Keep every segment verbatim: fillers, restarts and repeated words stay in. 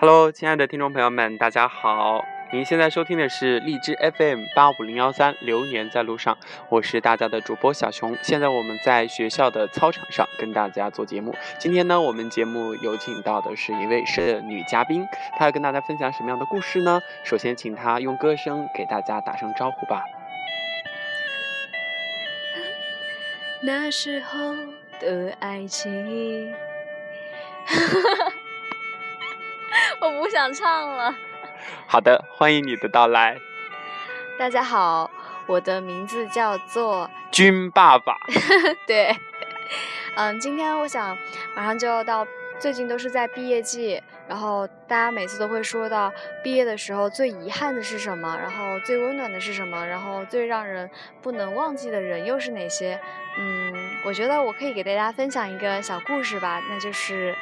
Hello， 亲爱的听众朋友们，大家好！您现在收听的是荔枝 F M 八五零幺三，流年在路上，我是大家的主播小熊。现在我们在学校的操场上跟大家做节目。今天呢，我们节目有请到的是一位是女嘉宾，她要跟大家分享什么样的故事呢？首先，请她用歌声给大家打声招呼吧。 那时候的爱情。我不想唱了。 好的，欢迎你的到来。 大家好，我的名字叫做军爸爸。 对，嗯，今天我想马上就要到，最近都是在毕业季，然后大家每次都会说到毕业的时候最遗憾的是什么，然后最温暖的是什么，然后最让人不能忘记的人又是哪些。嗯，我觉得我可以给大家分享一个小故事吧，那就是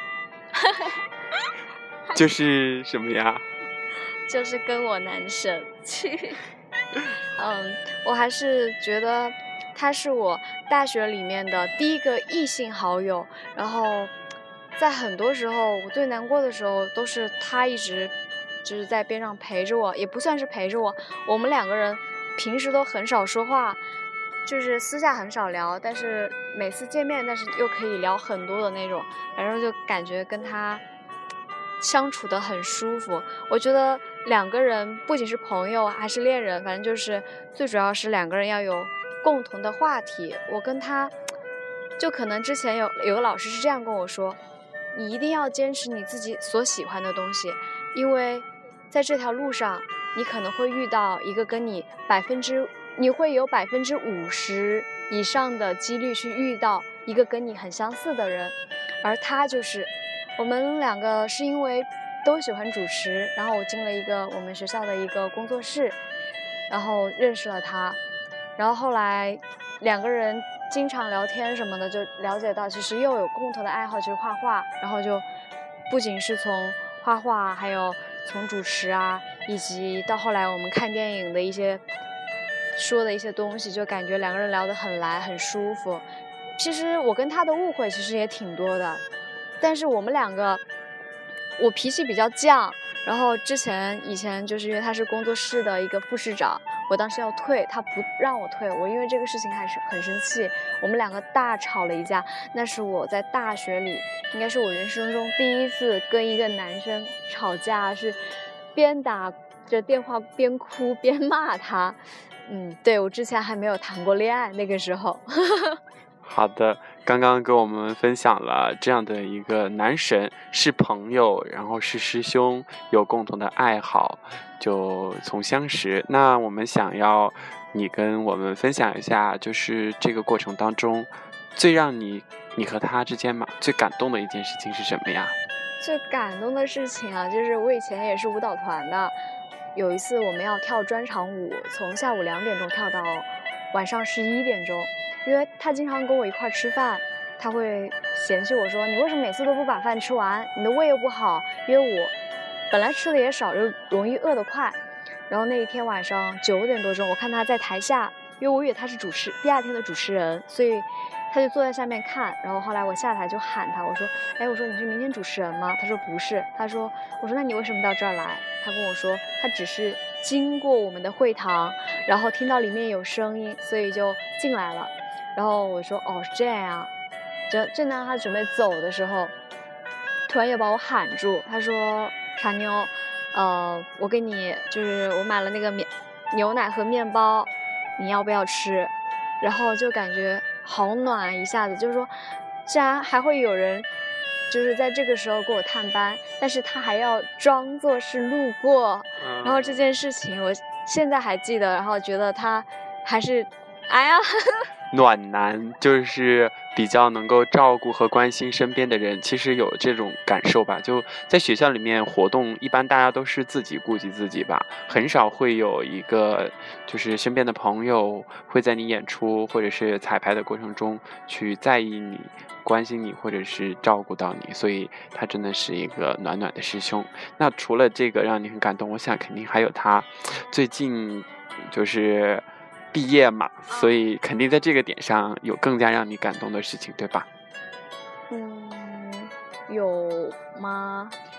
就是什么呀？ 就是跟我男神去。嗯，我还是觉得他是我大学里面的第一个异性好友，然后在很多时候我最难过的时候都是他一直就是在边上陪着我，也不算是陪着我，我们两个人平时都很少说话，就是私下很少聊，但是每次见面但是又可以聊很多的那种，反正就感觉跟他相处得很舒服。我觉得两个人不仅是朋友还是恋人，反正就是最主要是两个人要有共同的话题。我跟他就可能之前有有个老师是这样跟我说，你一定要坚持你自己所喜欢的东西，因为在这条路上你可能会遇到一个跟你百分之你会有百分之五十以上的几率去遇到一个跟你很相似的人，而他就是我们两个是因为都喜欢主持，然后我进了一个我们学校的一个工作室，然后认识了他，然后后来两个人经常聊天什么的，就了解到其实又有共同的爱好，就是画画，然后就不仅是从画画，还有从主持啊，以及到后来我们看电影的一些说的一些东西，就感觉两个人聊得很来，很舒服。其实我跟他的误会其实也挺多的，但是我们两个，我脾气比较犟，然后之前以前就是因为他是工作室的一个副市长，我当时要退，他不让我退，我因为这个事情还是很生气，我们两个大吵了一架。那是我在大学里，应该是我人生中第一次跟一个男生吵架，是边打着电话边哭边骂他。嗯，对，我之前还没有谈过恋爱，那个时候。 好的，刚刚跟我们分享了这样的一个男神，是朋友，然后是师兄，有共同的爱好，就从相识。那我们想要你跟我们分享一下，就是这个过程当中最让你你和他之间嘛最感动的一件事情是什么呀？ 最感动的事情啊，就是我以前也是舞蹈团的，有一次我们要跳专场舞，从下午两点钟跳到晚上十一点钟。因为他经常跟我一块吃饭，他会嫌弃我说，你为什么每次都不把饭吃完，你的胃又不好。因为我本来吃的也少，就容易饿得快。然后那一天晚上九点多钟，我看他在台下，因为我以为他是主持第二天的主持人，所以他就坐在下面看。然后后来我下台就喊他，我说哎，我说你是明天主持人吗？他说不是。他说我说那你为什么到这儿来？他跟我说他只是经过我们的会堂，然后听到里面有声音，所以就进来了。然后我说哦是这样。正正当他准备走的时候，突然又把我喊住，他说傻妞，呃我给你就是我买了那个面牛奶和面包，你要不要吃？然后就感觉好暖，一下子就是说竟然还会有人就是在这个时候给我探班，但是他还要装作是路过。然后这件事情我现在还记得，然后觉得他还是哎呀暖男，就是比较能够照顾和关心身边的人，其实有这种感受吧。就在学校里面活动，一般大家都是自己顾及自己吧，很少会有一个就是身边的朋友会在你演出或者是彩排的过程中去在意你、关心你或者是照顾到你，所以他真的是一个暖暖的师兄。那除了这个让你很感动，我想肯定还有他最近就是毕业嘛，所以肯定在这个点上有更加让你感动的事情，对吧？ 嗯，有吗？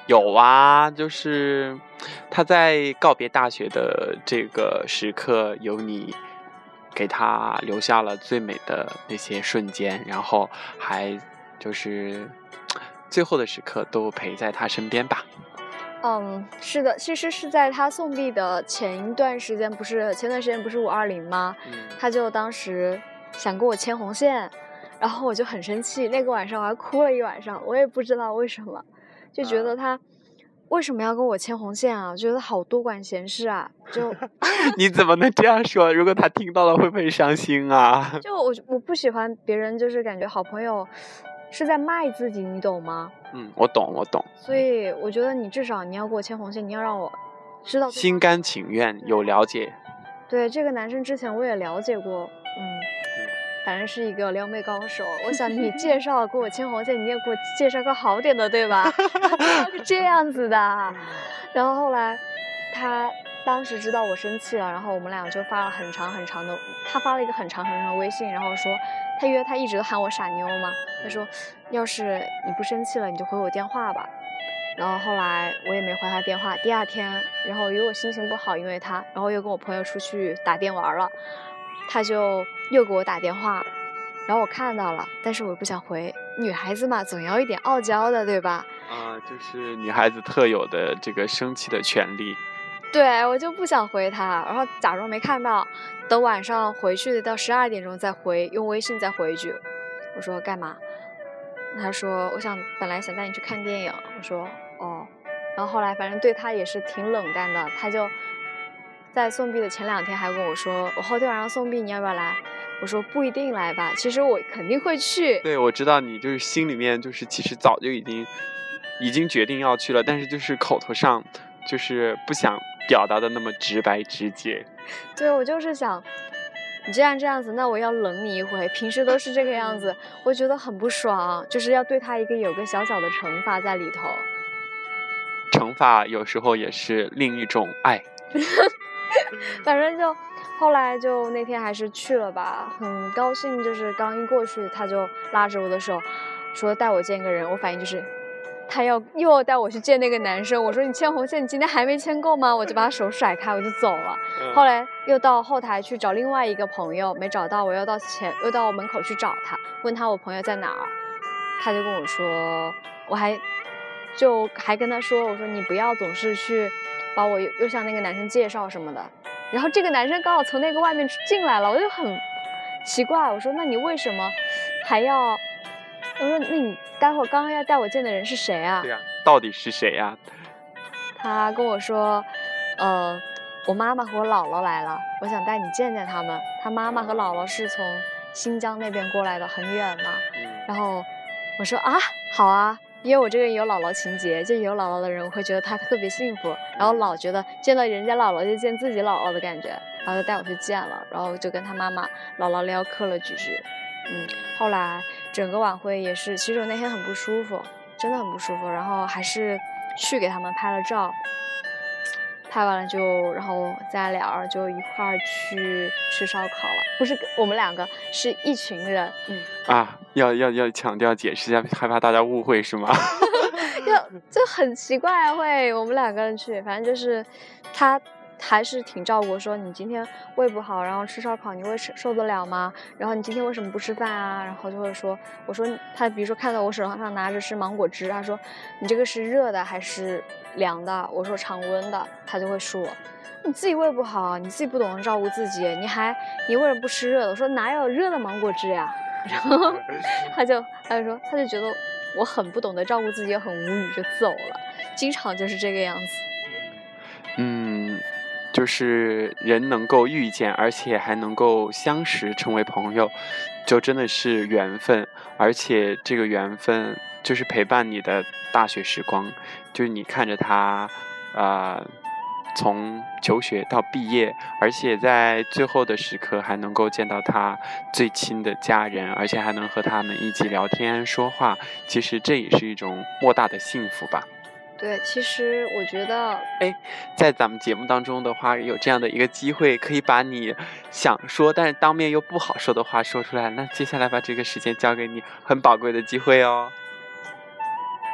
有啊，就是他在告别大学的这个时刻，有你给他留下了最美的那些瞬间，然后还就是最后的时刻都陪在他身边吧。 嗯，是的，其实是在他送毕的前一段时间，不是前段时间不是五二零吗？ 嗯， 他就当时想跟我牵红线，然后我就很生气，那个晚上我还哭了一晚上，我也不知道为什么，就觉得他为什么要跟我牵红线啊？觉得好多管闲事啊，就你怎么能这样说？如果他听到了，会不会伤心啊？ 就我我不喜欢别人就是感觉好朋友是在卖自己，你懂吗？ 嗯，我懂，我懂。 所以我觉得你至少你要给我牵红线，你要让我知道心甘情愿，有了解。 对，这个男生之前我也了解过，嗯，反正是一个撩妹高手。我想你介绍给我牵红线，你也给我介绍个好点的，对吧？是这样子的。然后后来他当时知道我生气了，然后我们俩就发了很长很长的，他发了一个很长很长的微信，然后说他因为他一直都喊我傻妞嘛，他说要是你不生气了，你就回我电话吧。然后后来我也没回他电话，第二天，然后因为我心情不好，因为他，然后又跟我朋友出去打电玩了，他就又给我打电话，然后我看到了，但是我不想回，女孩子嘛，总要一点傲娇的，对吧？ 啊、呃，就是女孩子特有的这个生气的权利。 对，我就不想回他，然后假装没看到，等晚上回去到十二点钟再回，用微信再回一句，我说干嘛？他说我想本来想带你去看电影，我说哦，然后后来反正对他也是挺冷淡的，他就在送毕的前两天还跟我说，我后天晚上送毕你要不要来？我说不一定来吧，其实我肯定会去。 对，我知道你就是心里面就是其实早就已经已经决定要去了，但是就是口头上就是不想表达的那么直白直接。 对，我就是想你既然这样子，那我要冷你一回，平时都是这个样子，我觉得很不爽，就是要对他一个有个小小的惩罚在里头。 惩罚有时候也是另一种爱。 反正就后来就那天还是去了吧，很高兴，就是刚一过去他就拉着我的手说带我见个人，我反应就是他要又要带我去见那个男生，我说你牵红线你今天还没牵够吗？我就把手甩开我就走了、嗯、后来又到后台去找另外一个朋友，没找到，我又到前又到门口去找他，问他我朋友在哪儿，他就跟我说，我还就还跟他说，我说你不要总是去把我又又向那个男生介绍什么的，然后这个男生刚好从那个外面进来了，我就很奇怪，我说那你为什么还要，我说那你待会儿刚刚要带我见的人是谁啊？ 对呀、啊，到底是谁呀、啊？ 他跟我说呃我妈妈和我姥姥来了，我想带你见见他们，他妈妈和姥姥是从新疆那边过来的，很远嘛、嗯、然后我说啊好啊，因为我这个人有姥姥情节，就有姥姥的人我会觉得他特别幸福，然后老觉得见到人家姥姥就见自己姥姥的感觉，然后就带我去见了，然后就跟他妈妈姥姥聊嗑了几句。嗯，后来整个晚会也是，其实我那天很不舒服，真的很不舒服，然后还是去给他们拍了照，拍完了就然后咱俩就一块儿去吃烧烤了，不是我们两个，是一群人。嗯啊，要要要强调解释一下，害怕大家误会是吗？ 就就很奇怪，会我们两个人去，反正就是他还是挺照顾，说你今天胃不好，然后吃烧烤你会受得了吗？然后你今天为什么不吃饭啊？然后就会说，我说他比如说看到我手上拿着是芒果汁，他说你这个是热的还是凉的？我说常温的，他就会说你自己胃不好，你自己不懂得照顾自己，你还你为什么不吃热的？我说哪有热的芒果汁呀？然后他就他就说他就觉得我很不懂得照顾自己，很无语就走了，经常就是这个样子。 嗯，就是人能够遇见，而且还能够相识成为朋友，就真的是缘分，而且这个缘分就是陪伴你的大学时光，就是你看着他啊、呃从求学到毕业，而且在最后的时刻还能够见到他最亲的家人，而且还能和他们一起聊天说话，其实这也是一种莫大的幸福吧。 对，其实我觉得哎，在咱们节目当中的话，有这样的一个机会，可以把你想说但是当面又不好说的话说出来，那接下来把这个时间交给你，很宝贵的机会哦。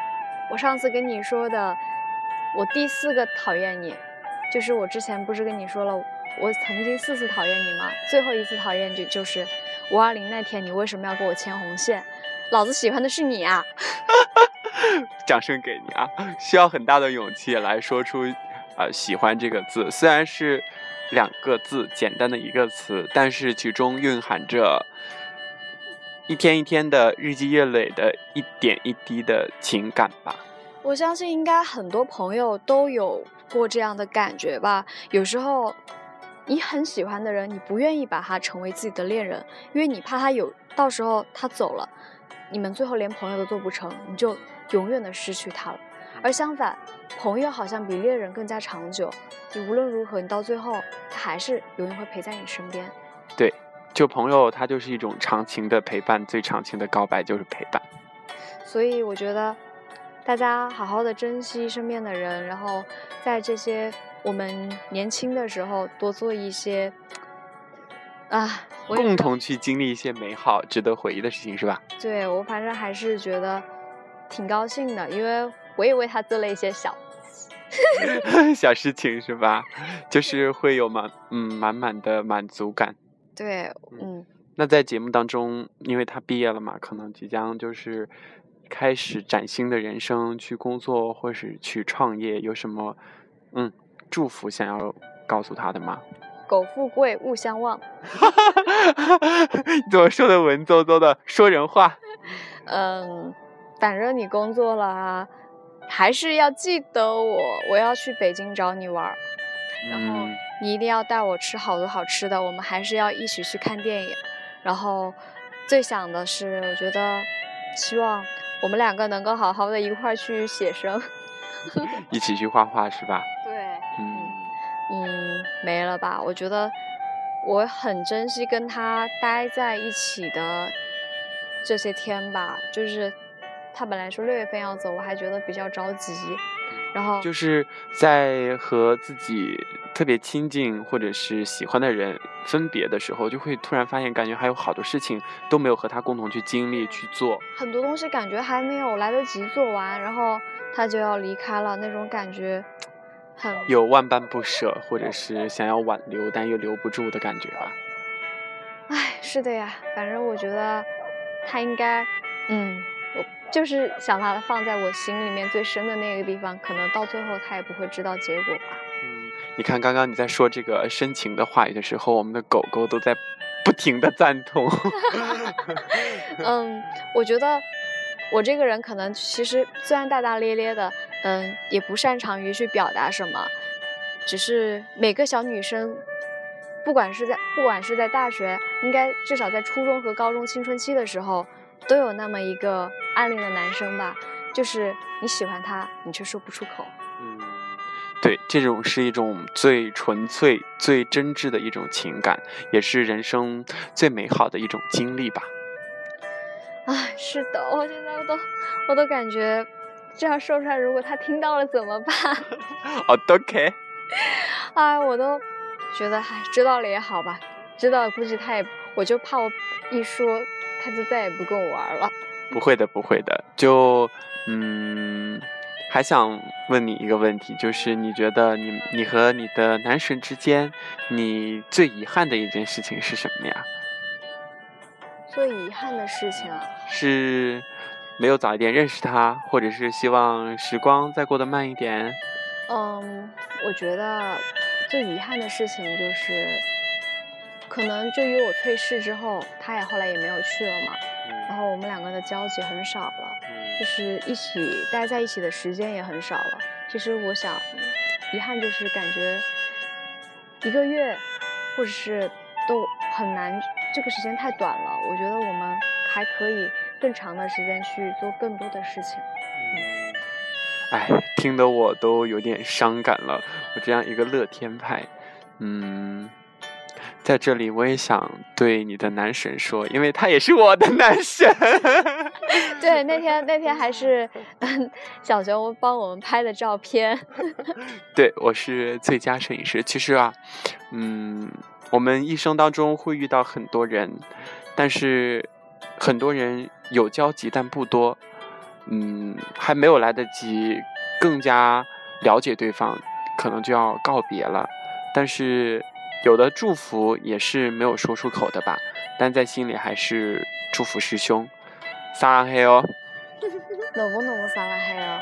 我上次跟你说的，我第四个讨厌你，就是我之前不是跟你说了，我曾经四次讨厌你吗？最后一次讨厌就就是五二零那天，你为什么要给我牵红线？老子喜欢的是你啊！ 掌声给你啊！需要很大的勇气来说出呃喜欢这个字，虽然是两个字简单的一个词，但是其中蕴含着一天一天的日积月累的一点一滴的情感吧。 我相信应该很多朋友都有过这样的感觉吧。有时候你很喜欢的人，你不愿意把他成为自己的恋人，因为你怕他有到时候他走了，你们最后连朋友都做不成，你就永远的失去他了。而相反，朋友好像比恋人更加长久，你无论如何，你到最后他还是永远会陪在你身边。 对，就朋友他就是一种长情的陪伴，最长情的告白就是陪伴。 所以我觉得大家好好的珍惜身边的人，然后在这些我们年轻的时候多做一些啊，我共同去经历一些美好值得回忆的事情，是吧？ 对，我反正还是觉得挺高兴的，因为我也为他做了一些小小事情，是吧？就是会有满嗯满满的满足感。 对，嗯。 那在节目当中，因为他毕业了嘛，可能即将就是开始崭新的人生，去工作或是去创业，有什么嗯祝福想要告诉他的吗？ 苟富贵，勿相忘。 怎么说的文绉绉的，说人话。 嗯，反正你工作了啊，还是要记得我，我要去北京找你玩，然后你一定要带我吃好多好吃的，我们还是要一起去看电影。然后最想的是，我觉得希望我们两个能够好好的一块儿去写生， 一起去画画，是吧？ 对， 嗯嗯，没了吧？我觉得我很珍惜跟他待在一起的这些天吧，就是他本来说六月份要走，我还觉得比较着急，然后就是在和自己特别亲近或者是喜欢的人分别的时候，就会突然发现，感觉还有好多事情都没有和他共同去经历去做， 很多东西感觉还没有来得及做完，然后他就要离开了，那种感觉很有万般不舍，或者是想要挽留但又留不住的感觉吧。 唉，是的呀，反正我觉得他应该，嗯，我就是想把他放在我心里面最深的那个地方，可能到最后他也不会知道结果吧。 嗯，你看刚刚你在说这个深情的话语的时候，我们的狗狗都在不停的赞同。 嗯，我觉得我这个人可能其实虽然大大咧咧的，嗯，也不擅长于去表达什么，只是每个小女生，不管是在不管是在大学，应该至少在初中和高中青春期的时候，都有那么一个暗恋的男生吧，就是你喜欢他，你却说不出口。 嗯，对，这种是一种最纯粹、最真挚的一种情感，也是人生最美好的一种经历吧。 唉，是的，我现在我都我都感觉这样说出来，如果他听到了怎么办？ 哦，OK。 哎，我都觉得，唉，知道了也好吧，知道了估计他也，我就怕我一说，他就再也不跟我玩了。 不会的，不会的，就嗯，还想问你一个问题，就是你觉得你你和你的男神之间，你最遗憾的一件事情是什么呀？ 最遗憾的事情啊， 是没有早一点认识他，或者是希望时光再过得慢一点？ 嗯，我觉得最遗憾的事情就是，可能就因为我退市之后，他也后来也没有去了嘛， 嗯然后我们两个的交集很少了， 嗯就是一起待在一起的时间也很少了。其实我想，遗憾就是感觉一个月，或者是都很难，这个时间太短了。我觉得我们还可以更长的时间去做更多的事情。 哎，听得我都有点伤感了。我这样一个乐天派，嗯，在这里我也想对你的男神说，因为他也是我的男神。 对，那天那天还是小熊帮我们拍的照片。 对，我是最佳摄影师。其实啊，嗯，我们一生当中会遇到很多人，但是很多人有交集但不多。 嗯，还没有来得及更加了解对方，可能就要告别了。但是有的祝福也是没有说出口的吧，但在心里还是祝福师兄。撒浪嘿哦。 너무 너무 사랑해요。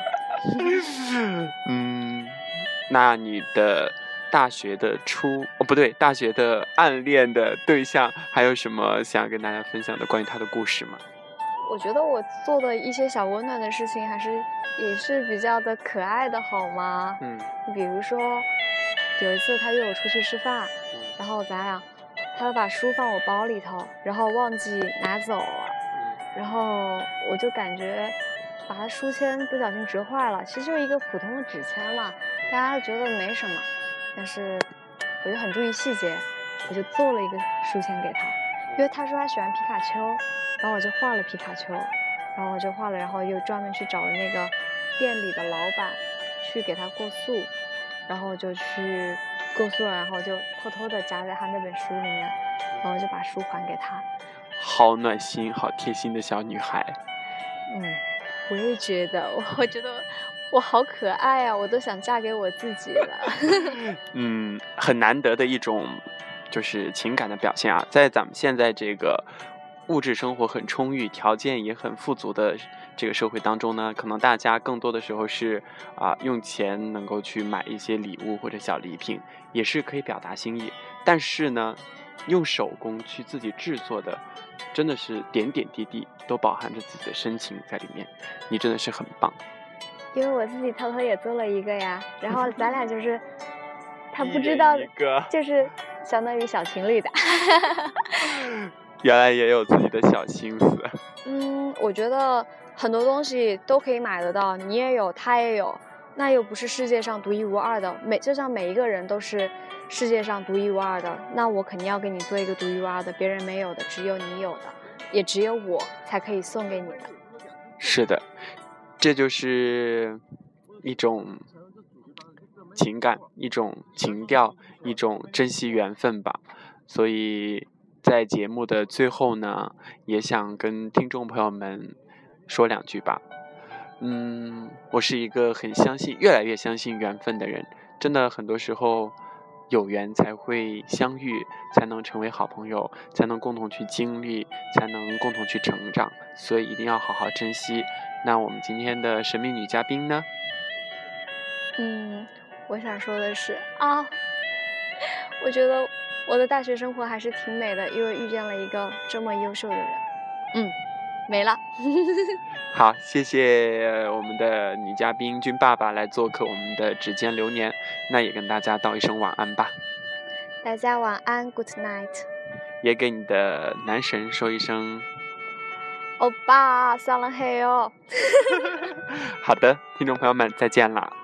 嗯，那你的大学的初哦不对，大学的暗恋的对象，还有什么想跟大家分享的关于他的故事吗？ 我觉得我做的一些小温暖的事情，还是也是比较的可爱的，好吗？ 嗯， 比如说有一次他约我出去吃饭， 嗯然后咱俩，他把书放我包里头，然后忘记拿走了， 嗯然后我就感觉把他书签不小心折坏了，其实就一个普通的纸签嘛，大家觉得没什么，但是我就很注意细节，我就做了一个书签给他，因为他说他喜欢皮卡丘，然后我就画了皮卡丘，然后我就画了，然后又专门去找了那个店里的老板去给他过塑，然后就去过塑了，然后就偷偷的夹在他那本书里面，然后就把书还给他。 好暖心好贴心的小女孩。 嗯，我也觉得，我觉得我好可爱啊，我都想嫁给我自己了。 嗯，很难得的一种就是情感的表现啊，在咱们现在这个物质生活很充裕，条件也很富足的这个社会当中呢，可能大家更多的时候是啊、用钱能够去买一些礼物或者小礼品，也是可以表达心意。但是呢，用手工去自己制作的，真的是点点滴滴都饱含着自己的深情在里面。你真的是很棒。 因为我自己偷偷也做了一个呀，然后咱俩就是他不知道一人一个， 就是相当于小情侣的。 原来也有自己的小心思。 嗯，我觉得很多东西都可以买得到，你也有，他也有，那又不是世界上独一无二的。每就像每一个人都是世界上独一无二的，那我肯定要给你做一个独一无二的，别人没有的，只有你有的，也只有我才可以送给你的。 是的，这就是一种情感，一种情调，一种珍惜缘分吧。所以在节目的最后呢，也想跟听众朋友们说两句吧。嗯，我是一个很相信，越来越相信缘分的人。真的，很多时候有缘才会相遇，才能成为好朋友，才能共同去经历，才能共同去成长。所以一定要好好珍惜。那我们今天的神秘女嘉宾呢？ 嗯，我想说的是啊，我觉得我的大学生活还是挺美的，因为遇见了一个这么优秀的人。嗯，没了。 好，谢谢我们的女嘉宾君爸爸来做客我们的指尖流年，那也跟大家道一声晚安吧。 大家晚安 ，Good night。 也给你的男神说一声欧巴，撒浪嘿哦。 好的，听众朋友们再见啦。